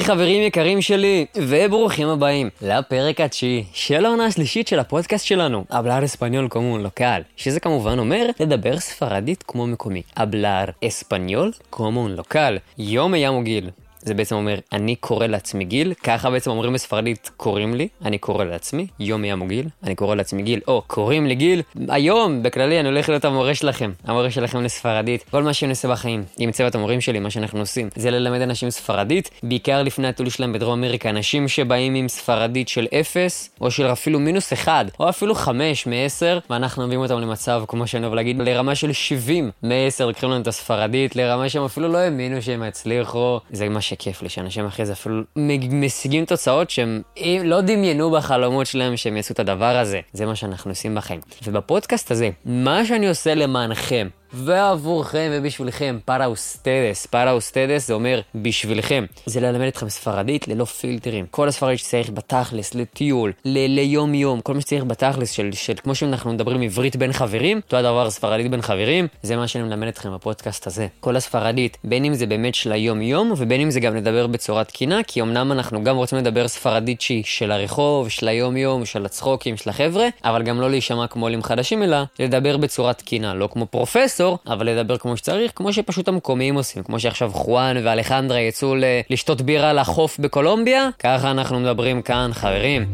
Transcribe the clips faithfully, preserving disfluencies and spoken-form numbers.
היי חברים יקרים שלי, וברוכים הבאים לפרק התשיעי של העונה השלישית של הפודקאסט שלנו, hablar español como un local, שזה כמובן אומר לדבר ספרדית כמו מקומי. hablar español como un local. יום ים וגיל. זה בעצם אומר, אני קורא לעצמי גיל, ככה בעצם אומרים בספרדית, קוראים לי, אני קורא לעצמי, יום ים וגיל, אני קורא לעצמי גיל, או קוראים לי גיל, היום, בכללי, אני הולך להיות המורה שלכם, המורה שלכם לספרדית, כל מה שאני עושה בחיים, עם צוות המורים שלי, מה שאנחנו עושים, זה ללמד אנשים ספרדית, בעיקר לפני הטיול שלהם בדרום אמריקה, אנשים שבאים עם ספרדית של אפס, או של אפילו מינוס אחד, או אפילו חמש מעשר, ואנחנו מביאים אותם למצב, כמו שאני אוהב להגיד, לרמה של שבעים מעשר, לקחים לנו את הספרדית, לרמה שהם אפילו לא האמינו שהם יצליחו. זה מה שכיף לי, שאנשים אחרי זה אפילו משיגים תוצאות שהם לא דמיינו בחלומות שלהם שהם יעשו את הדבר הזה. זה מה שאנחנו עושים בחיים. ובפודקאסט הזה, מה שאני עושה למענכם, ועבורכם ובשבילכם, פארה אוסטדס. פארה אוסטדס זה אומר בשבילכם. זה ללמד אתכם ספרדית ללא פילטרים. כל הספרדית שצריך בתכלס, לטיול, ל- ליום יום, כל מה שצריך בתכלס של, של כמו שאנחנו מדברים עברית בין חברים, אותו הדבר ספרדית בין חברים, זה מה שאני מלמד אתכם בפודקאסט הזה. כל הספרדית, בין אם זה באמת של היום יום, ובין אם זה גם לדבר בצורה תקינה, כי אמנם אנחנו גם רוצים לדבר ספרדית שהיא של הרחוב, של היום יום, של הצחוקים, של החבר'ה, אבל גם לא להישמע כמו עולים חדשים, אלא לדבר בצורה תקינה, לא כמו פרופסור, אבל לדבר כמו שצריך, כמו שפשוט המקומיים עושים, כמו שעכשיו חואן ואלחנדרה יצאו לשתות בירה לחוף בקולומביה, ככה אנחנו מדברים כאן, חברים.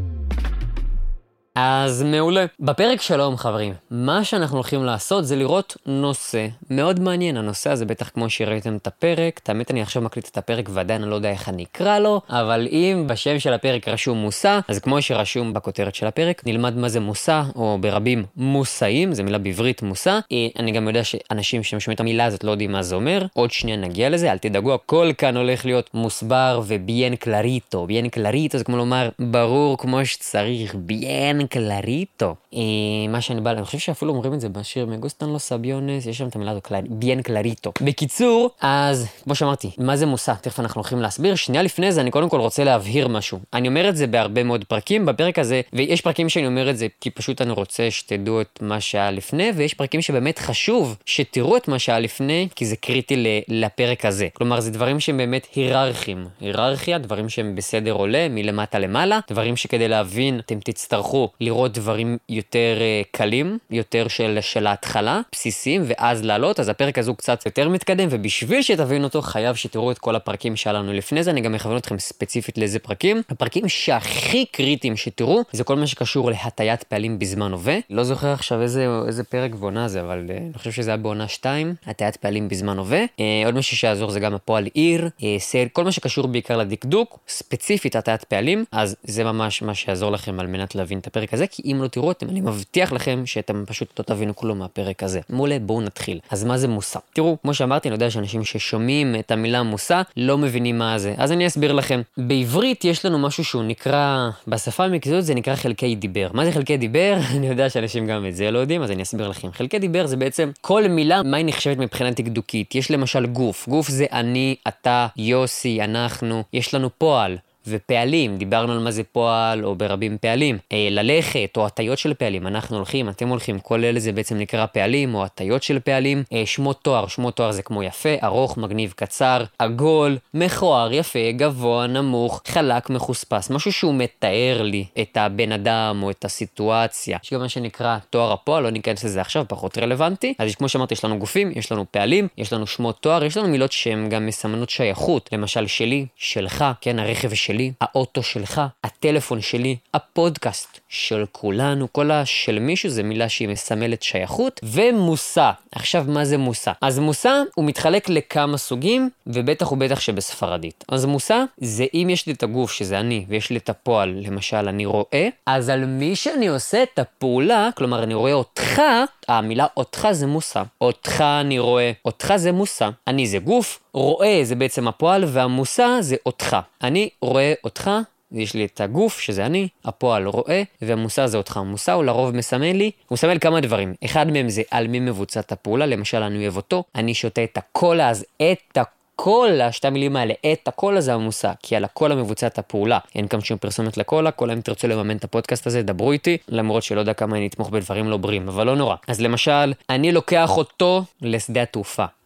אז מעולה. בפרק שלום חברים, מה שאנחנו הולכים לעשות זה לראות נושא מאוד מעניין. הנושא הזה בטח כמו שראיתם את הפרק, תמיד אני עכשיו מקליט את הפרק ועדיין אני לא יודע איך אני אקרא לו, אבל אם בשם של הפרק רשום מוסה, אז כמו שרשום בכותרת של הפרק, נלמד מה זה מוסה, או ברבים מוסאים, זה מילה בעברית מוסה. אני גם יודע שאנשים שמשמעים את המילה הזאת לא יודעים מה זה אומר, עוד שנייה נגיע לזה, אל תדאגו, הכל כאן הולך להיות מוסבר וביין קלריטו. ביין קלריטו זה כמו לומר ברור כמו שצריך, ביין קלריטו. מה שאני בא, אני חושב שאפילו אומרים את זה בשיר מגוסטן לו סביונס, יש שם את המילה הזו, ביין קלריטו. בקיצור, אז כמו שאמרתי, מה זה מוסה? תכף אנחנו הולכים להסביר. שנייה לפני זה אני קודם כל רוצה להבהיר משהו. אני אומר את זה בהרבה מאוד פרקים בפרק הזה, ויש פרקים שאני אומר את זה כי פשוט אני רוצה שתדעו את מה שהיה לפני, ויש פרקים שבאמת חשוב שתראו את מה שהיה לפני, כי זה קריטי לפרק הזה. כלומר, זה דברים שהם באמת היררכיים. היררכיה, דברים שהם בסדר עולה, מלמטה למעלה, דברים שכדי להבין אתם תצטרכו לראות דברים יותר uh, קלים, יותר של, של ההתחלה, בסיסיים, ואז לעלות. אז הפרק הזו קצת יותר מתקדם, ובשביל שתבינו אותו, חייב שתראו את כל הפרקים שלנו לפני זה. אני גם מכוון אתכם ספציפית לאיזה פרקים. הפרקים שהכי קריטיים שתראו, זה כל מה שקשור להטיית פעלים בזמן הווה. לא זוכר עכשיו איזה, איזה פרק בעונה זה, אבל uh, אני חושב שזה היה בעונה שתיים, הטיית פעלים בזמן הווה. Uh, עוד משהו שיעזור זה גם הפועל עיר, uh, סל, כל מה שקשור בעיקר לדקדוק, ספציפית הטיית פעלים, אז זה ממש מה שיעזור לכם על מנת להבין את הפרק הזה, כי אם לא תראו אותם, אני מבטיח לכם שאתם פשוט לא תבינו כלום מהפרק הזה. מעולה, בואו נתחיל. אז מה זה מוסה? תראו, כמו שאמרתי, אני יודע שאנשים ששומעים את המילה מוסה לא מבינים מה זה. אז אני אסביר לכם. בעברית יש לנו משהו שהוא נקרא, בשפה המקצועית זה נקרא חלקי דיבר. מה זה חלקי דיבר? אני יודע שאנשים גם את זה לא יודעים, אז אני אסביר לכם. חלקי דיבר זה בעצם כל מילה, מה היא נחשבת מבחינה דקדוקית. יש למשל גוף. גוף זה אני, אתה, יוסי, אנחנו. יש לנו פועל. ופעלים, דיברנו על מה זה פועל או ברבים פעלים, אה, ללכת או הטיות של פעלים, אנחנו הולכים, אתם הולכים, כל אלה זה בעצם נקרא פעלים או הטיות של פעלים. אה, שמות תואר, שמות תואר זה כמו יפה, ארוך, מגניב, קצר, עגול, מכוער, יפה, גבוה, נמוך, חלק, מחוספס, משהו שהוא מתאר לי את הבן אדם או את הסיטואציה. יש גם מה שנקרא תואר הפועל, לא ניכנס לזה עכשיו, פחות רלוונטי. אז כמו שאמרתי, יש לנו גופים, יש לנו פעלים, יש לנו שמות תואר, יש לנו מילות שהן גם מסמנות שייכות, למשל שלי, שלך, כן, הרכב שלי, האוטו שלך, הטלפון שלי, הפודקאסט של כולנו, כל השל מישהו זה מילה שהיא מסמלת שייכות. ומוסה, עכשיו מה זה מוסה? אז מוסה הוא מתחלק לכמה סוגים, ובטח ובטח שבספרדית. אז מוסה זה אם יש לי את הגוף שזה אני, ויש לי את הפועל, למשל אני רואה, אז על מי שאני עושה את הפעולה, כלומר אני רואה אותך, המילה אותך זה מוסה. אותך אני רואה, אותך זה מוסה. אני זה גוף, רואה זה בעצם הפועל, והמוסה זה אותך. אני רואה אותך, יש לי את הגוף שזה אני, הפועל רואה, והמוסה זה אותך. המוסה הוא לרוב מסמל לי, הוא מסמל כמה דברים. אחד מהם זה על מי מבוצעת הפעולה, למשל אני אוהב אותו, אני שותה את הקולה, אז את הקולה, קולה, שתי המילים האלה, את הקולה זה המושא, כי על הקולה מבוצעת הפעולה. אין כאן שום פרסומת לקולה, קולה אם תרצו לממן את הפודקאסט הזה, דברו איתי, למרות שלא יודע כמה אני אתמוך בדברים לא בריאים, אבל לא נורא. אז למשל, אני לוקח אותו לשדה התעופה.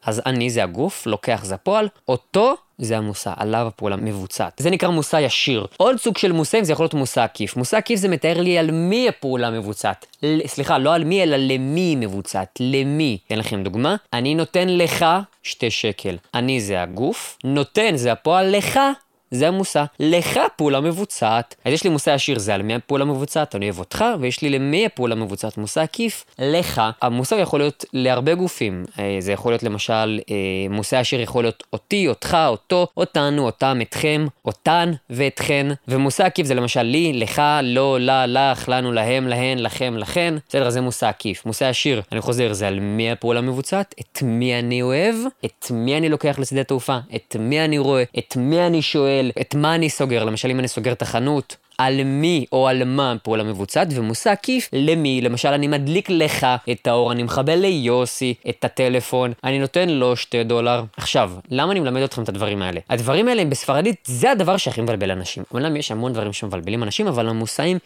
אז אני זה הגוף, לוקח זה הפועל, אותו זה המושא, עליו הפעולה מבוצעת. זה נקרא מושא ישיר. עוד סוג של מושא זה יכול להיות מושא עקיף. מושא עקיף זה מתאר לי על מי הפעולה מבוצעת. סליחה, לא על מי, אלא למי מבוצעת. למי. אתן לכם דוגמה. אני נותן לך שתי שקל. אני זה הגוף, נותן זה הפועל, לך זה המושא. לך פעולה מבוצעת. אז יש לי מושא ישיר, זה על מי הפעולה מבוצעת, אני אוהב אותך, ויש לי למי הפעולה מבוצעת, מושא עקיף, לך. המושא יכול להיות להרבה גופים. זה יכול להיות למשל, מושא ישיר יכול להיות אותי, אותך, אותו, אותנו, אותם, אתכם, אותן ואתכן. ומושא עקיף זה למשל לי, לך, לא, לה, לך, לנו, להם, להן, לכם, לכן. בסדר, זה מושא עקיף. מושא ישיר, אני חוזר, זה על מי הפעולה מבוצעת, את מי אני אוהב, את מי אני לוקח לשדה התעופה, את מי אני רואה, את מי אני שואל, את מה אני סוגר, למשל אם אני סוגר את החנות, על מי או על מה פעולה מבוצעת, ומושא עקיף למי, למשל אני מדליק לך את האור, אני מחבל ליוסי את הטלפון, אני נותן לו שתי דולר. עכשיו, למה אני מלמד אתכם את הדברים האלה? הדברים האלה הם בספרדית, זה הדבר שהכי מבלבל אנשים. אומנם יש המון דברים שמבלבלים אנשים, אבל המושאים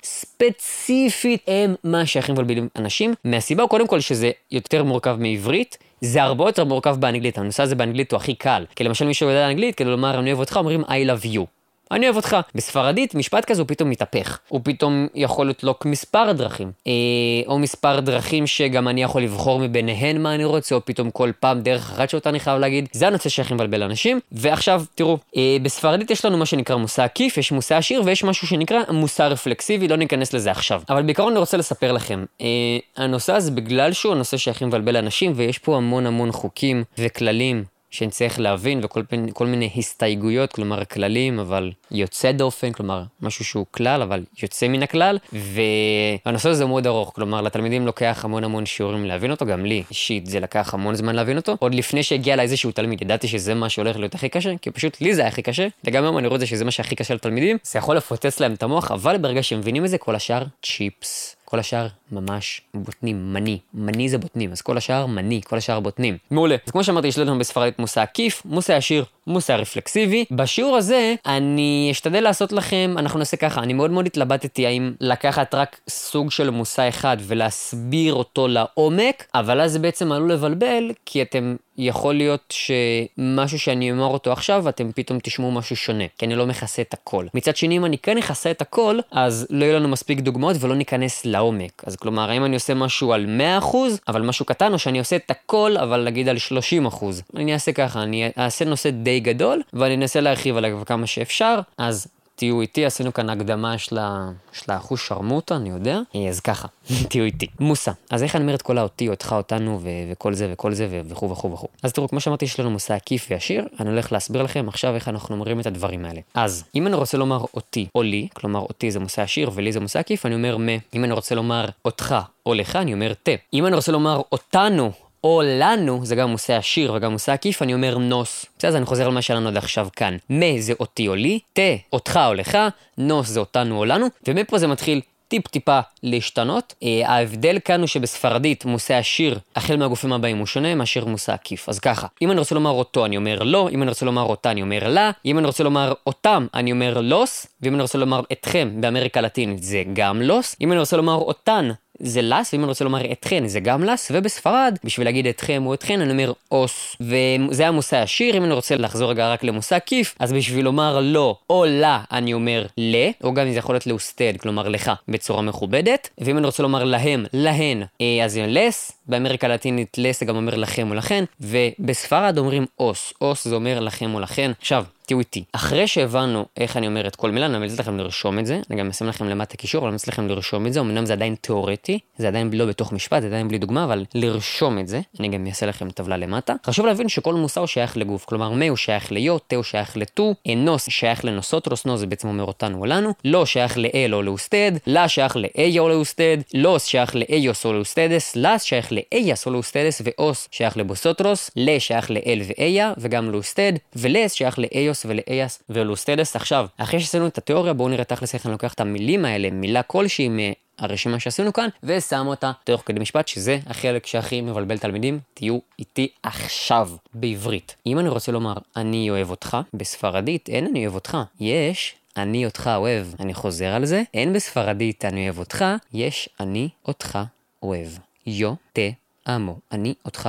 ספציפית הם מה שהכי מבלבלים אנשים, מהסיבה קודם כל שזה יותר מורכב מעברית, זה הרבה יותר מורכב באנגלית. הנושא הזה באנגלית הוא הכי קל. כי למשל מי שיודע אנגלית, כדי לומר אני אוהב אותך, אומרים I love you. אני אוהב אותך. בספרדית, משפט כזה הוא פתאום מתהפך. הוא פתאום יכול לתלוק מספר דרכים. אה, או מספר דרכים שגם אני יכול לבחור מביניהן מה אני רוצה, או פתאום כל פעם דרך אחת שאותה אני חייב להגיד. זה הנושא שהכי מבלבל אנשים. ועכשיו, תראו, אה, בספרדית יש לנו מה שנקרא מושא עקיף, יש מושא עשיר, ויש משהו שנקרא מושא רפלקסיבי, לא ניכנס לזה עכשיו. אבל בעיקרון אני רוצה לספר לכם. אה, הנושא הזה, בגלל שהוא הנושא שהכי מבלבל אנשים, ויש פה המון המון חוקים וכללים שאני צריך להבין, וכל כל מיני הסתייגויות, כלומר כללים, אבל יוצא דופן, כלומר משהו שהוא כלל, אבל יוצא מן הכלל, והנושא הזה מאוד ארוך, כלומר לתלמידים לוקח המון המון שיעורים להבין אותו, גם לי אישית זה לקח המון זמן להבין אותו, עוד לפני שהגיע לאיזשהו תלמיד, ידעתי שזה מה שהולך להיות הכי קשה, כי פשוט לי זה היה הכי קשה, וגם היום אני רואה שזה מה שהכי קשה לתלמידים, זה יכול לפוצץ להם את המוח, אבל ברגע שהם מבינים את זה, כל השאר צ'יפס. כל השאר ממש בוטנים, מני. מני זה בוטנים, אז כל השאר מני, כל השאר בוטנים. מעולה. אז כמו שאמרתי, יש לנו בספרדית מושא עקיף, מושא ישיר, מושא רפלקסיבי. בשיעור הזה, אני אשתדל לעשות לכם, אנחנו נעשה ככה, אני מאוד מאוד התלבטתי האם לקחת רק סוג של מושא אחד ולהסביר אותו לעומק, אבל אז זה בעצם עלול לבלבל, כי אתם יכול להיות שמשהו שאני אומר אותו עכשיו, אתם פתאום תשמעו משהו שונה, כי אני לא מכסה את הכל. מצד שני, אם אני כן אכסה את הכל, אז לא יהיו לנו מספיק דוגמאות ולא ניכנס לעומק. אז כלומר, האם אני עושה משהו על מאה אחוז, אבל משהו קטן, או שאני עושה את הכל, אבל נגיד על שלושים אחוז. אני אעשה ככה, אני אעשה נושא די גדול, ואני אנסה להרחיב עליו כמה שאפשר, אז תהיו איתי, עשינו כאן הקדמה של האחוז שרמוטה, אני יודע. אז ככה, תהיו איתי. מושא. אז איך אני אומר את כל האותי, אותך, אותנו, ו- וכל זה וכל זה, וכו' וכו' וכו'. אז תראו, כמו שאמרתי, יש לנו מושא עקיף וישיר, אני הולך להסביר לכם עכשיו איך אנחנו אומרים את הדברים האלה. אז, אם אני רוצה לומר אותי או לי, כלומר אותי זה מושא עשיר ולי זה מושא עקיף, אני אומר מה. אם אני רוצה לומר אותך או לך, אני אומר תה. אם אני רוצה לומר אותנו או לנו, זה גם מושא עשיר וגם מושא עקיף, אני אומר נוס. אז אני חוזר על מה שלנו עד עכשיו כאן. מה זה אותי או לי, תה, אותך או לך, נוס זה אותנו או לנו, ומפה זה מתחיל טיפ-טיפה להשתנות. אה, ההבדל כאן הוא שבספרדית מושא עשיר, החל מהגופים הבאים הוא שונה מאשר מושא עקיף. אז ככה, אם אני רוצה לומר אותו, אני אומר לא, אם אני רוצה לומר אותה, אני אומר לה, אם אני רוצה לומר אותם, אני אומר לוס, ואם אני רוצה לומר אתכם באמריקה הלטינית זה גם לוס, אם אני רוצה לומר אותן, זה לס, ואם אני רוצה לומר אתכן, זה גם לס, ובספרד, בשביל להגיד אתכם או אתכן, אני אומר אוס, וזה המושא עשיר. אם אני רוצה לחזור רגע רק למושא עקיף, אז בשביל לומר לא או לה, אני אומר ל, או גם זה יכול להיות לאוסטד, כלומר לך, בצורה מכובדת, ואם אני רוצה לומר להם, להן, אז זה לס, באמריקה הלטינית לס זה גם אומר לכם או לכן, ובספרד אומרים אוס, אוס זה אומר לכם או לכן. עכשיו, תהיו איתי. אחרי שהבנו איך אני אומר את כל מילה, אני ממליץ לכם לרשום את זה. אני גם אשים לכם למטה קישור, אבל אני ממליץ לכם לרשום את זה. אמנם זה עדיין תיאורטי, זה עדיין לא בתוך משפט, זה עדיין בלי דוגמה, אבל לרשום את זה. אני גם אעשה לכם טבלה למטה. חשוב להבין שכל מושא הוא שייך לגוף. כלומר, מה הוא שייך להיות, תה הוא שייך לטו, נוס שייך לנוסוטרוס, נוס זה בעצם אומר אותנו או לנו, לא שייך לאל או לאוסטד, לה שייך לאי או לאוסטד, לוס שייך לאיוס או לאוסטדס, לס שייך לאיאס או לאוסטדס, ואוס שייך לבוסוטרוס, לה שייך לאל ואיה וגם לאוסטד, ולס שייך לאיוס ולאיאס ולאוסטדס. עכשיו, אחרי שעשינו את התיאוריה, בואו נראה תכלס איך אני לוקח את המילים האלה, מילה כלשהי מהרשימה שעשינו כאן, ושם אותה תוך כדי משפט, שזה החלק שהכי מבלבל תלמידים. תהיו איתי עכשיו בעברית. אם אני רוצה לומר אני אוהב אותך, בספרדית אין אני אוהב אותך, יש אני אותך אוהב. אני חוזר על זה, אין בספרדית אני אוהב אותך, יש אני אותך אוהב. יו תה אמו, אני אותך אוהב.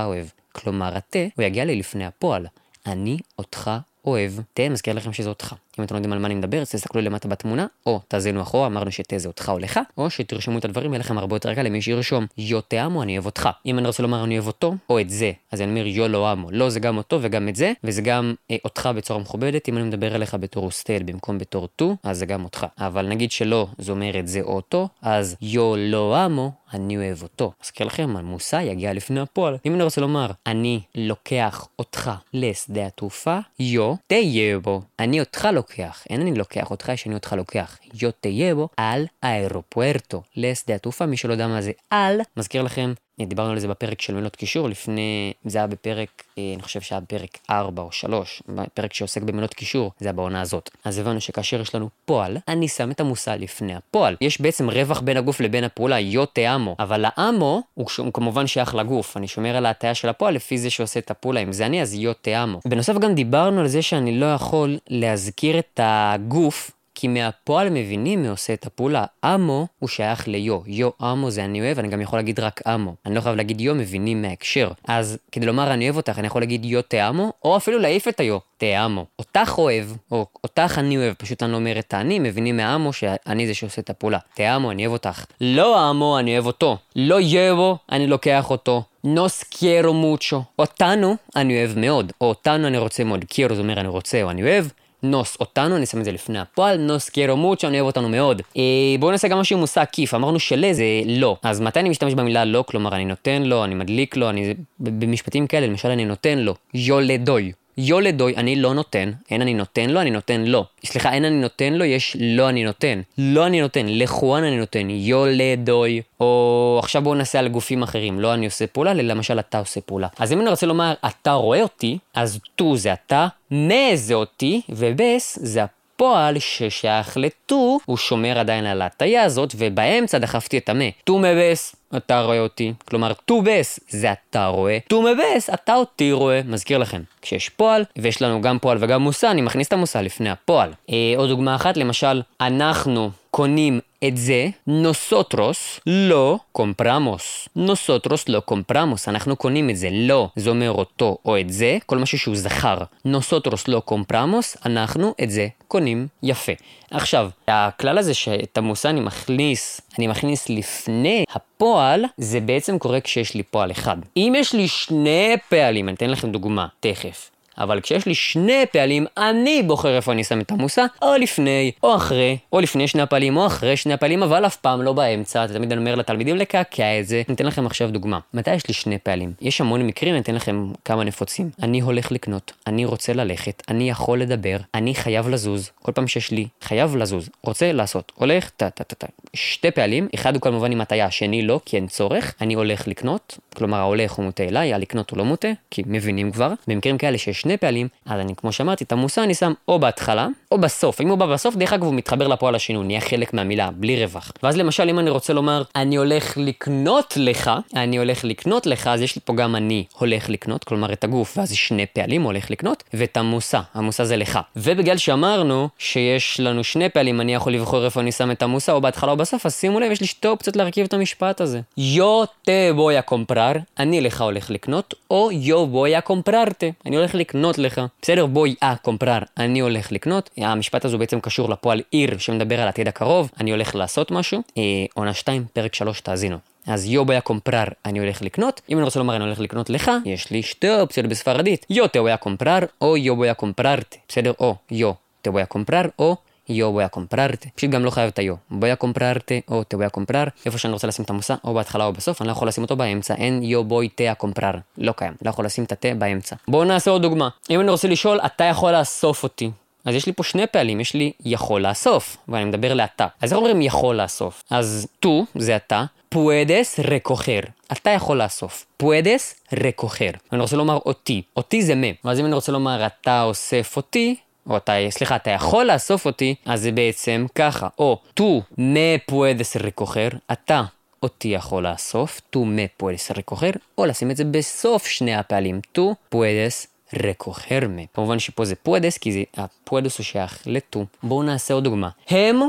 כלומר התה, הוא יגיע לי לפני הפועל. אני אותך אוהב. תה מזכיר לכם שזה אותך. אם אתם לא יודעים על מה אני מדבר, תסתכלו למטה בתמונה, או תאזינו אחורה, אמרנו שתה זה אותך או לך, או שתרשמו את הדברים, יהיה לכם הרבה יותר קל למי שירשום. יו תה אמו, אני אוהב אותך. אם אני רוצה לומר אני אוהב אותו, או את זה, אז אני אומר יו לא אמו. לא זה גם אותו וגם את זה, וזה גם אה, אותך בצורה מכובדת. אם אני מדבר אליך בתור אוסטל במקום בתור טו, אז זה גם אותך. אבל נגיד שלא, זה אומר את זה או אותו, אז יו לא אמו, אני אוהב אותו. מזכיר לכם, המושא יגיע לפני הפועל. אם אני רוצה לומר, אני לוקח אותך לשדה התעופה, יו תהיה בו. אני אותך לוקח, אין אני לוקח אותך, יש אני אותך לוקח. יו תהיה בו על האירופוארטו, לשדה התעופה. מי שלא יודע מה זה על, מזכיר לכם, דיברנו על זה בפרק של מילות קישור, לפני, זה היה בפרק, אני חושב שהיה בפרק ארבע או שלוש, בפרק שעוסק במילות קישור, זה היה בעונה הזאת. אז הבנו שכאשר יש לנו פועל, אני שם את המושא לפני הפועל. יש בעצם רווח בין הגוף לבין הפעולה, יו תה אמו, אבל האמו הוא, הוא כמובן שייך לגוף, אני שומר על ההטיה של הפועל לפי זה שעושה את הפעולה, אם זה אני אז יו תה אמו. בנוסף גם דיברנו על זה שאני לא יכול להזכיר את הגוף, כי מהפועל מבינים מי עושה את הפעולה. אמו הוא שייך ליו. יו אמו זה אני אוהב, אני גם יכול להגיד רק אמו. אני לא חייב להגיד יו, מבינים מההקשר. אז כדי לומר אני אוהב אותך, אני יכול להגיד יו תה אמו, או אפילו להעיף את היו. תה אמו. אותך אוהב, או אותך אני אוהב, פשוט אני לא אומר את אני, מבינים מהאמו שאני זה שעושה את הפעולה. תה אמו, אני אוהב אותך. לא אמו, אני אוהב אותו. לא יבו, אני לוקח אותו. נוס quiero mucho. אותנו אני אוהב מאוד, או אותנו אני רוצה מאוד. quiero זה אומר אני רוצה או אני אוהב. נוס אותנו, אני שם את זה לפני הפועל, נוס quiero mucho, אני אוהב אותנו מאוד. אה, בואו נעשה גם משהו מושא עקיף, אמרנו שלה זה לא. אז מתי אני משתמש במילה לא? כלומר אני נותן לו, אני מדליק לו, אני... במשפטים כאלה, למשל אני נותן לו, יו לדוי. יו לדוי, אני לא נותן, אין אני נותן לו, אני נותן לו. סליחה, אין אני נותן לו, יש לא אני נותן. לא אני נותן, לחואן אני נותן, יו לדוי. או עכשיו בואו נעשה על גופים אחרים, לא אני עושה פעולה, אלא למשל אתה עושה פעולה. אז אם אני רוצה לומר, אתה רואה אותי, אז טו זה אתה, מה זה אותי, ובס זה הפועל ששייך לטו, הוא שומר עדיין על ההטיה הזאת, ובאמצע דחפתי את המה. טו מבס, אתה רואה אותי. כלומר, טו בס זה אתה רואה. טו מבס, אתה אותי רואה. מזכיר לכם, כשיש פועל, ויש לנו גם פועל וגם מושא, אני מכניס את המושא לפני הפועל. אה, עוד דוגמה אחת, למשל, אנחנו קונים את זה, nosotros לא compramos. nosotros לא compramos. אנחנו קונים את זה, לא. זה אומר אותו או את זה, כל משהו שהוא זכר. nosotros לא compramos, אנחנו את זה קונים. יפה. עכשיו, הכלל הזה שאת המושא אני מכניס, אני מכניס לפני הפועל, זה בעצם קורה כשיש לי פועל אחד. אם יש לי שני פעלים, אני אתן לכם דוגמה, תכף. אבל כשיש לי שני פעלים, אני בוחר איפה אני שם את המושא, או לפני, או אחרי, או לפני שני הפעלים, או אחרי שני הפעלים, אבל אף פעם לא באמצע. תמיד אני אומר לתלמידים לקעקע את זה. אני אתן לכם עכשיו דוגמה. מתי יש לי שני פעלים? יש המון מקרים, אני אתן לכם כמה נפוצים. אני הולך לקנות, אני רוצה ללכת, אני יכול לדבר, אני חייב לזוז. כל פעם שיש לי חייב לזוז, רוצה לעשות, הולך, ת, ת, ת, ת. שתי פעלים, אחד הוא כמובן עם הטיה, השני לא, כי אין צורך. אני הולך לקנות, כלומר ההולך הוא מוטה אליי, הלקנות הוא לא מוטה, כי מבינים כבר. במקרים כאלה שיש שני פעלים, אז אני כמו שאמרתי, את המושא אני שם או בהתחלה או בסוף. אם הוא בא בסוף, דרך אגב הוא מתחבר לפועל השני, הוא נהיה חלק מהמילה, בלי רווח. ואז למשל אם אני רוצה לומר אני הולך לקנות לך, אני הולך לקנות לך, אז יש לי פה גם אני הולך לקנות, כלומר את הגוף, ואז יש שני פעלים הולך לקנות, ואת המושא, המושא זה לך. ובגלל שאמרנו שיש לנו שני פעלים, אני יכול לבחור איפה אני שם את המושא, או בהתחלה או בסוף, אז שימו לב, יש לי שתי אופציות להרכיב את המשפט הזה. Yo te voy a comprar, אני לך הולך לקנות, או yo voy a comprarte, אני הולך לקנות לך. בסדר, בואי אה, קומפרר, אני הולך לקנות. המשפט הזה בעצם קשור לפועל עיר שמדבר על העתיד הקרוב, אני הולך לעשות משהו. אה, עונה שתיים, פרק שלוש, תאזינו. אז יו בויה קומפרר, אני הולך לקנות. אם אני רוצה לומר אני הולך לקנות לך, יש לי שתי אופציות בספרדית. יו te voy a comprar, או יו voy a comprarte. בסדר, או יו te voy a comprar, או יו voy a comprarte. פשוט גם לא חייב את היו. voy a comprarte, או te voy a comprar. איפה שאני רוצה לשים את המושא, או בהתחלה או בסוף, אני לא יכול לשים אותו באמצע. אין יו voy te a comprar. לא קיים. לא יכול לשים את התה באמצע. בואו נעשה עוד דוגמה. אם אני רוצה לשאול, אתה יכול לאסוף אותי. אז יש לי פה שני פעלים, יש לי יכול לאסוף, ואני מדבר לאתה. אז איך אומרים יכול לאסוף? אז tú, זה אתה, puedes recoger. אתה יכול לאסוף. puedes recoger. אני רוצה לומר אותי. אותי זה מה. ואז אם אני רוצה לומר אתה אוסף אותי, או אתה, סליחה, אתה יכול לאסוף אותי, אז זה בעצם ככה. או tú me puedes recoger, אתה אותי יכול לאסוף, tú me puedes recoger, או לשים את זה בסוף שני הפעלים. tú puedes recogerme. כמובן שפה זה puedes, כי זה, ה-puedes הוא שייך לטו. בואו נעשה עוד דוגמה. הם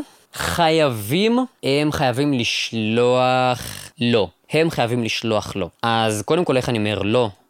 חייבים, הם חייבים לשלוח לא. הם חייבים לשלוח לא. אז קודם כל איך אני אומר לא?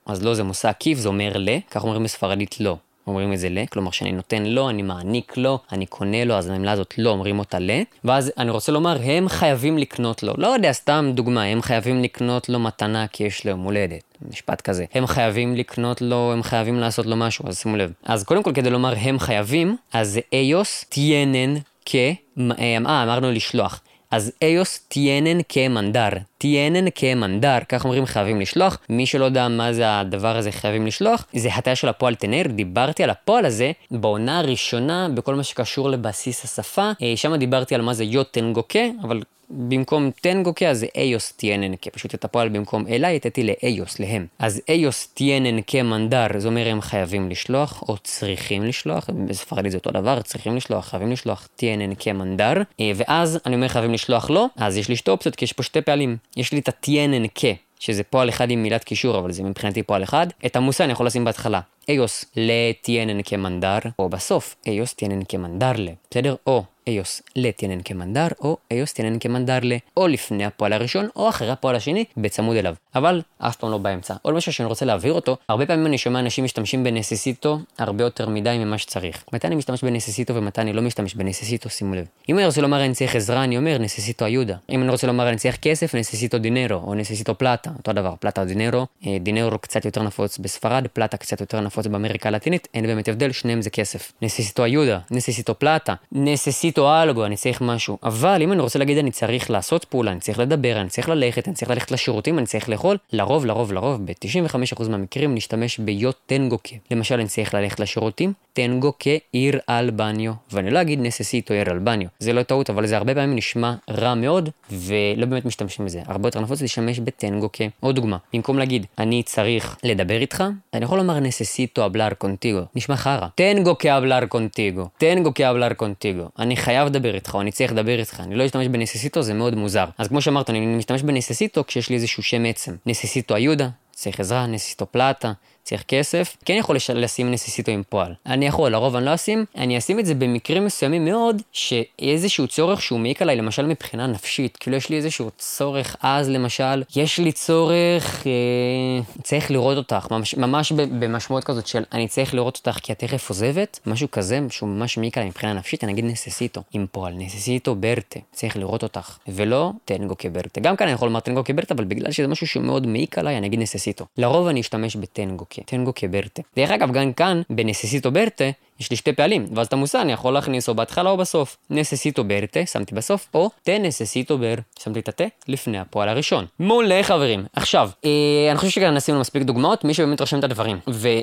אז לא זה מושא עקיף, זה אומר ל, כך אומרים בספרדית לא. אומרים את זה ל, כלומר שאני נותן לו, אני מעניק לו, אני קונה לו, אז המילה הזאת לא אומרים אותה ל, ואז אני רוצה לומר, הם חייבים לקנות לו, לא יודע, סתם דוגמה, הם חייבים לקנות לו מתנה כי יש לו מולדת, משפט כזה, הם חייבים לקנות לו, הם חייבים לעשות לו משהו, אז שימו לב. אז קודם כל כדי לומר הם חייבים, אז זה ellos tienen que, אה, אמרנו לשלוח. אז ellos tienen que mandar, tienen que mandar, כך אומרים חייבים לשלוח. מי שלא יודע מה זה הדבר הזה חייבים לשלוח, זה הטיה של הפועל תנר. דיברתי על הפועל הזה בעונה הראשונה בכל מה שקשור לבסיס השפה, שם דיברתי על מה זה yo tengo que, אבל במקום tengo que, אז זה ellos tienen que, פשוט את הפועל במקום אליי, התתי ל-ellos, להם. אז ellos tienen que mandar, זה אומר הם חייבים לשלוח, או צריכים לשלוח, בספרדית זה אותו דבר, צריכים לשלוח, חייבים לשלוח, tienen que mandar, ואז אני אומר חייבים לשלוח לו, אז יש לי שתי אופציות, כי יש פה שתי פעלים. יש לי את ה-tienen que, שזה פועל אחד עם מילת קישור, אבל זה מבחינתי פועל אחד. את המושא אני יכול לשים בהתחלה. ellos le tienen que mandar, או בסוף, ellos tienen que mandarle, בסדר? או ellos le tienen que mandar, או ellos tienen que mandarle, או לפני הפועל הראשון, או אחרי הפועל השני, בצמוד אליו. אבל אף פעם לא באמצע. עוד משהו שאני רוצה להעביר אותו, הרבה פעמים אני שומע אנשים משתמשים בנסיסיטו הרבה יותר מדי ממה שצריך. מתי אני משתמש בנסיסיטו ומתי אני לא משתמש בנסיסיטו, שימו לב. אם אני רוצה לומר אני צריך עזרה, אני אומר נסיסיטו איודה. אם אני רוצה לומר אני צריך כסף, נסיסיטו דינרו, או נסיסיטו פלטה, אותו דבר, פלטה או דינרו. דינרו קצת יותר נפוץ בספרד, פלטה קצת יותר נפוץ באמריקה הלטינית, אין באמת הבדל, שניהם זה כסף. נסיסיטו איודה, נסיסיטו פלטה, נסיסיטו אלגו, אני צריך משהו. אבל אם אני רוצה להגיד אני צריך לעשות פעולה, אני צריך לדבר, אני צריך ללכת, אני צריך ללכת לשירותים, אני צריך לאכול, לרוב, לרוב, לרוב, ב-תשעים וחמישה אחוז מהמקרים נשתמש ביו טנגו קה. למשל, אני צריך ללכת לשירותים, טנגו קה איר אל בניו, ואני לא אגיד נסיסיטו איר אל בניו. זה לא טעות, אבל זה הרבה פעמים נשמע רע מאוד, ולא באמת משתמשים בזה. הרבה יותר נפוץ להשתמש בטנגו קה. עוד דוגמה, במקום להגיד אני צריך לדבר איתך, אני יכול לומר נסיסיטו hablar contigo. נשמע חרא. טנגו קה hablar contigo. טנגו קה hablar contigo. אני חייב לדבר איתך, או אני צריך לדבר איתך. אני לא אשתמש בנסיסיטו, זה מאוד מוזר. אז כמו שאמרת, אני משתמש בנסיסיטו כשיש לי איזשהו שם עצם. נסיסיטו איודה, צריך עזרה, נסיסיטו פלטה, צריך כסף. כן יכול לשים נסיסיטו עם פועל. אני יכול, לרוב אני לא אשים. אני אשים את זה במקרים מסוימים מאוד, שאיזשהו צורך שהוא מעיק עליי, למשל מבחינה נפשית. כאילו יש לי איזשהו צורך, אז למשל, יש לי צורך, אה, צריך לראות אותך, ממש, ממש במשמעות כזאת של אני צריך לראות אותך כי את תכף עוזבת, משהו כזה שהוא ממש מעיק עליי מבחינה נפשית, אני אגיד נסיסיטו עם פועל, נסיסיטו ברטה, צריך לראות אותך, ולא טנגו כברטה. גם כאן אני יכול לומר טנגו כברטה, אבל בגלל שזה משהו שהוא מאוד מעיק עליי, אני אגיד נסיסיטו. לרוב אני אשתמש בטנגו כ, טנגו כברטה. דרך אגב, גם כאן, בנסיסיטו ברטה, יש לי שתי פעלים, ואז את המושא אני יכול להכניס או בהתחלה או בסוף. נסיסיטו ברטה, שמתי בסוף, או תה נסיסיטו בר, שמתי את התה לפני הפועל הראשון. מעולה חברים. עכשיו, אה, אני חושב שכאן נשים מספיק דוגמאות, מי שבאמת רושם את הדברים.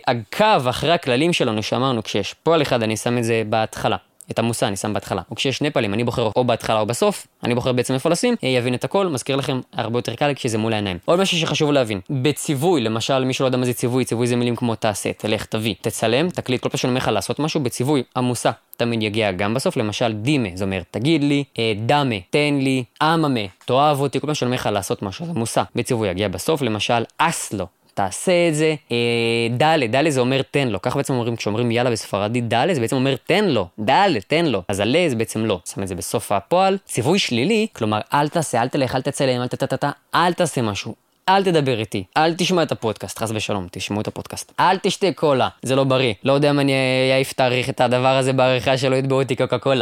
והקו אחרי הכללים שלנו שאמרנו, כשיש פועל אחד אני שם את זה בהתחלה. את המושא אני שם בהתחלה. וכשיש שני פעלים, אני בוחר או בהתחלה או בסוף, אני בוחר בעצם איפה לשים, יבין את הכל, מזכיר לכם הרבה יותר קל כשזה מול העיניים. עוד משהו שחשוב להבין, בציווי, למשל, מי שלא יודע מה זה ציווי, ציווי זה מילים כמו תעשה, תלך, תביא, תצלם, תקליט, כל פעם לך לעשות משהו, בציווי, המושא תמיד יגיע גם בסוף, למשל דימה, זה אומר תגיד לי, דמה, תן לי, אממה, תאהב אותי, כל פעם לך לעשות משהו, זה מושא, בציווי יגיע בסוף, למשל אסלו, תעשה את זה, אה, דלה, דלה זה אומר תן לו, כך בעצם אומרים, כשאומרים יאללה בספרדית דלה, זה בעצם אומר תן לו, דלה, תן לו, אז הלה זה בעצם לא, שם את זה בסוף הפועל, ציווי שלילי, כלומר אל תעשה, אל תלך, אל תצלם, אל תתתתה, אל תעשה משהו, אל תדבר איתי, אל תשמע את הפודקאסט, חס ושלום, תשמעו את הפודקאסט, אל תשתה קולה, זה לא בריא, לא יודע אם אני אעיף תאריך את הדבר הזה בעריכה שלא יתבעו אותי קוקה קולה,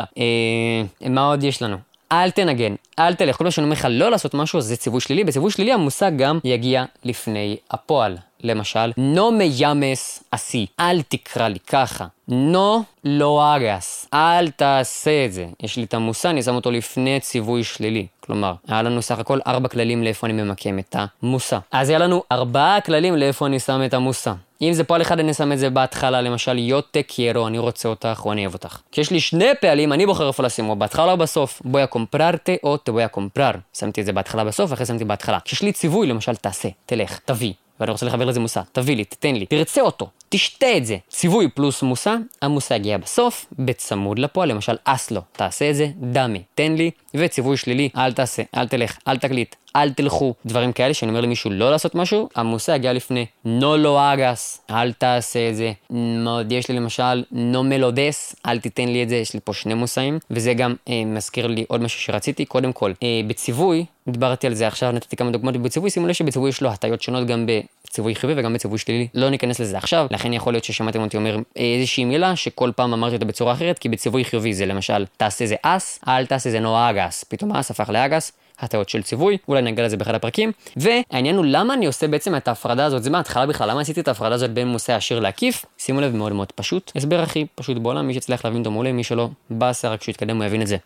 אה, מה עוד יש לנו? אל תנגן, אל תלך, כל מה שאני אומר לך לא לעשות משהו, זה ציווי שלילי. בציווי שלילי המושג גם יגיע לפני הפועל. למשל, no me llames así, אל תקרא לי ככה. no lo hagas, אל תעשה את זה. יש לי את המושא, אני שם אותו לפני ציווי שלילי. כלומר, היה לנו סך הכל ארבע כללים לאיפה אני ממקם את המושא. אז היה לנו ארבעה כללים לאיפה אני שם את המושא. אם זה פועל אחד אני שם את זה בהתחלה, למשל יוטה קיירו, אני רוצה אותך או אני אוהב אותך. כשיש לי שני פעלים, אני בוחר איפה לשים, או בהתחלה או בסוף. בויה קומפררטה או תבויה קומפרר. שמתי את זה בהתחלה בסוף, אחרי שמתי בהתחלה. כשיש לי ציווי, למשל תעשה, תלך, תביא. ואני רוצה לחבר לזה מושא, תביא לי, תתן לי, תרצה אותו, תשתה את זה. ציווי פלוס מוסה, המוסה יגיע בסוף, בצמוד לפועל, למשל אסלו, תעשה את זה, דמי, תן לי, וציווי שלילי, אל תעשה, אל תלך, אל תקליט, אל תלכו, דברים כאלה שאני אומר למישהו לא לעשות משהו, המוסה יגיע לפני, נו לא אגס, אל תעשה את זה. מאוד, יש לי למשל, נו מלודס, אל תיתן לי את זה, יש לי פה שני מוסאים, וזה גם אה, מזכיר לי עוד משהו שרציתי, קודם כל, אה, בציווי, דיברתי על זה עכשיו, נתתי כמה דוגמאות בציווי, שימו לב שבציווי יש לו הטיות שונות גם בציווי חיובי וגם בציווי שלילי, לא ניכנס לזה עכשיו, לכן יכול להיות ששמעתם אותי אומר איזושהי מילה שכל פעם אמרתי אותה בצורה אחרת, כי בציווי חיובי זה למשל, תעשה זה אס, אל תעשה זה נו אגס, פתאום אס הפך לאגס, הטעות של ציווי, אולי נגיע לזה באחד הפרקים, והעניין הוא למה אני עושה בעצם את ההפרדה הזאת, זה מההתחלה בכלל, למה עשיתי את ההפרדה הזאת בין מוסה עשיר לעקיף, שימו לב מאוד מאוד פשוט, הסבר הכי פשוט בעולם, מי שצריך להבין אותו מעולה, מי שלא באסה רק כשהוא יתקדם הוא יבין את זה,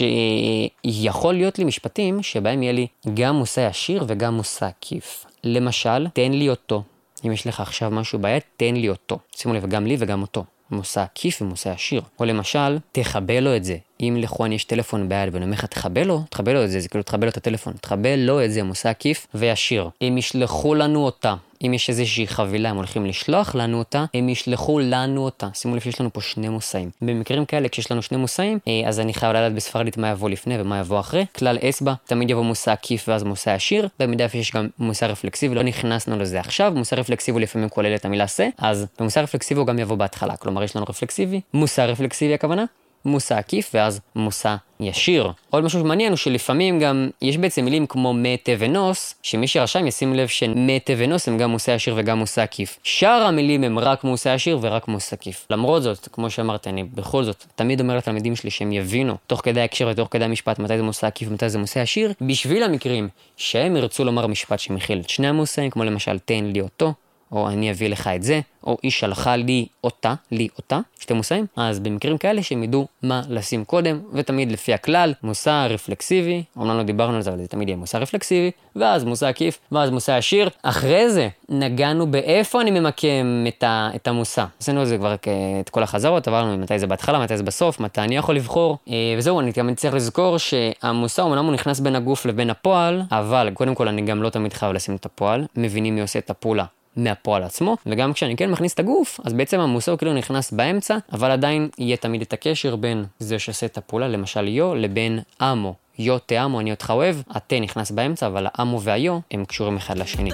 כשיכול להיות לי משפטים שבהם יהיה לי גם מוסה עשיר וגם מוסה עקיף, למשל, תן לי אותו, אם יש לך עכשיו משהו בעיה, תן לי אותו, שימו לב גם לי וגם אותו, מוסה עקיף ומוסה עשיר, או למשל, תחבל לו את זה, אם לחואן יש טלפון ביד ואני אומר לך תחבל לו, תחבל לו את זה, זה כאילו תחבל לו את הטלפון, תחבל לו את זה, מוסה עקיף וישיר. אם ישלחו לנו אותה, אם יש איזושהי חבילה, הם הולכים לשלוח לנו אותה, הם ישלחו לנו אותה. שימו לב שיש לנו פה שני מוסאים. במקרים כאלה, כשיש לנו שני מוסאים, אז אני חייב לדעת בספרדית מה יבוא לפני ומה יבוא אחרי. כלל אסבא, תמיד יבוא מוסה עקיף ואז מוסה עשיר, במידה שיש גם מוסה רפלקסיבי, לא נכנסנו לזה עכשיו, מוסה רפלקסיבי לפעמים כולל את המילה סה, אז במוסה רפלקסיבי הוא גם יבוא בהתחלה, כלומר יש לנו רפלקסיבי, מוסה רפלקסיבי הכוונה, מוסה עקיף ואז מוסה ישיר. עוד משהו מעניין הוא שלפעמים גם יש בעצם מילים כמו מטה ונוס, שמי שרשם ישים לב שמטה ונוס הם גם מוסה ישיר וגם מוסה עקיף. שאר המילים הם רק מוסה ישיר ורק מוסה עקיף. למרות זאת, כמו שאמרתי, אני בכל זאת תמיד אומר לתלמידים שלי שהם יבינו תוך כדי הקשר ותוך כדי המשפט מתי זה מוסה עקיף ומתי זה מוסה ישיר, בשביל המקרים שהם ירצו לומר משפט שמכיל את שני המוסאים, כמו למשל תן לי אותו, או אני אביא לך את זה, או היא שלחה לי אותה, לי אותה, שתי מוסאים, אז במקרים כאלה שהם ידעו מה לשים קודם, ותמיד לפי הכלל, מוסה רפלקסיבי, אומנם לא דיברנו על זה, אבל זה תמיד יהיה מוסה רפלקסיבי, ואז מוסה עקיף, ואז מוסה ישיר. אחרי זה, נגענו באיפה אני ממקם את, ה, את המוסה. עשינו את זה כבר את כל החזרות, עברנו מתי זה בהתחלה, מתי זה בסוף, מתי אני יכול לבחור, וזהו, אני גם צריך לזכור שהמוסה, אומנם הוא נכנס בין הגוף לבין הפועל, אבל קודם כל אני גם לא תמיד חייב לשים את הפועל, מבינים מי עושה את הפעולה מהפועל עצמו, וגם כשאני כן מכניס את הגוף, אז בעצם המוסה הוא כאילו נכנס באמצע, אבל עדיין יהיה תמיד את הקשר בין זה שעושה את הפעולה, למשל יו, לבין אמו. יו תאמו, אני אותך אוהב, התה נכנס באמצע, אבל האמו והיו הם קשורים אחד לשני.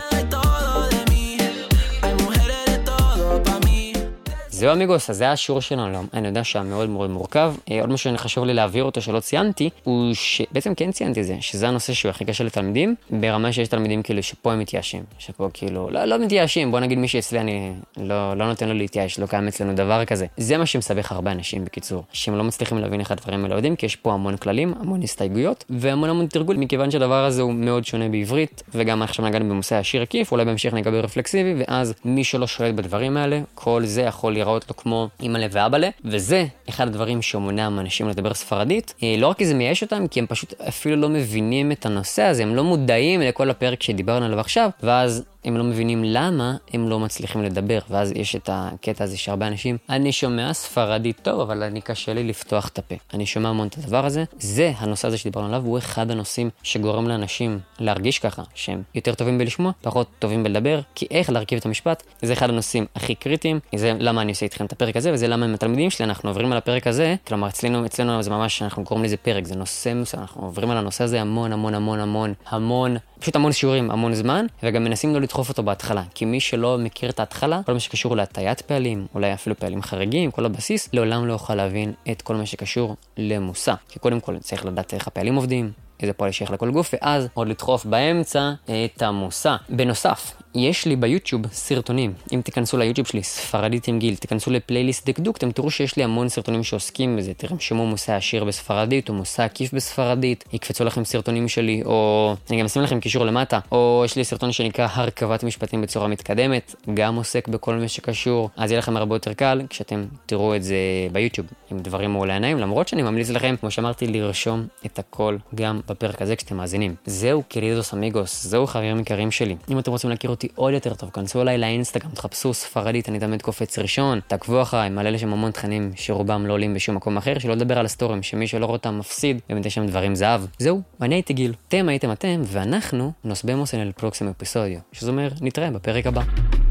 זהו אמיגוס, אז זה השיעור שלנו, אני יודע שהיה מאוד מאוד מורכב. עוד משהו שאני חשוב לי להעביר אותו שלא ציינתי, הוא שבעצם כן ציינתי זה, שזה הנושא שהוא הכי קשה לתלמידים, ברמה שיש תלמידים כאילו שפה הם מתייאשים, שפה כאילו, לא, לא מתייאשים, בוא נגיד מי שאצלי אני לא, לא נותן לו להתייאש, לא קיים אצלנו דבר כזה. זה מה שמסבך הרבה אנשים בקיצור, שהם לא מצליחים להבין איך הדברים האלה יודעים, כי יש פה המון כללים, המון הסתייגויות, והמון המון תרגול, מכיוון שהדבר הזה הוא מאוד שונה בעברית, וגם עכשיו נגענו במושא עשיר עקיף, אולי בהמשך נגע ברפלקסיבי, ואז מי שלא שולט בדברים האלה, כל זה יכול לראות לו כמו אמא לב ואבא לב, וזה אחד הדברים שמונע מאנשים לדבר ספרדית, לא רק כי זה מייאש אותם, כי הם פשוט אפילו לא מבינים את הנושא הזה, הם לא מודעים לכל הפרק שדיברנו עליו עכשיו, ואז הם לא מבינים למה הם לא מצליחים לדבר, ואז יש את הקטע הזה שהרבה אנשים, אני שומע ספרדית טוב, אבל אני קשה לי לפתוח את הפה. אני שומע המון את הדבר הזה, זה הנושא הזה שדיברנו עליו, הוא אחד הנושאים שגורם לאנשים להרגיש ככה, שהם יותר טובים בלשמוע, פחות טובים בלדבר, כי איך להרכיב את המשפט, זה אחד הנושאים הכי קריטיים, זה למה אני עושה איתכם את הפרק הזה, וזה למה עם התלמידים שלי אנחנו עוברים על הפרק הזה, כלומר אצלנו, אצלנו זה ממש, אנחנו קוראים לזה פרק, זה נושא מסוים, אנחנו עוברים על הנושא הזה המון, המון, המון, המון, המון, פשוט המון שיעורים, המון זמן, וגם מנסים לא לדחוף אותו בהתחלה, כי מי שלא מכיר את ההתחלה, כל מה שקשור להטיית פעלים, אולי אפילו פעלים חריגים, כל הבסיס, לעולם לא יוכל להבין את כל מה שקשור למושא. כי קודם כל צריך לדעת איך הפעלים עובדים, איזה פועל שייך לכל גוף, ואז עוד לדחוף באמצע את המושא. בנוסף, יש לי ביוטיוב סרטונים. אם תיכנסו ליוטיוב שלי, ספרדית עם גיל, תיכנסו לפלייליסט דקדוק, אתם תראו שיש לי המון סרטונים שעוסקים בזה. תרשמו מושא עשיר בספרדית, או מושא עקיף בספרדית, יקפצו לכם סרטונים שלי, או אני גם אשים לכם קישור למטה, או יש לי סרטון שנקרא הרכבת משפטים בצורה מתקדמת, גם עוסק בכל מה שקשור, אז יהיה לכם הרבה יותר קל כשאתם תראו את זה ביוטיוב, עם דברים מעולה עיניים, למרות שאני ממליץ לכם, כמו שאמרתי, לרשום את הכל גם בפרק הזה כשאתם מאזינים. זהו קרידוס אמיגוס, זהו חברים יקרים שלי. אם אתם רוצים להכיר אותי עוד יותר טוב, כנסו אליי לאינסטגרם, תחפשו ספרדית, אני תמיד קופץ ראשון, תעקבו אחריי, מעלה לשם המון תכנים שרובם לא עולים בשום מקום אחר, שלא לדבר על הסטורים, שמי שלא רואה אותם מפסיד, באמת יש שם דברים זהב. זהו, אני הייתי גיל, אתם הייתם אתם, ואנחנו נוסבמוס en el próximo episodio, שזה אומר, נתראה בפרק הבא.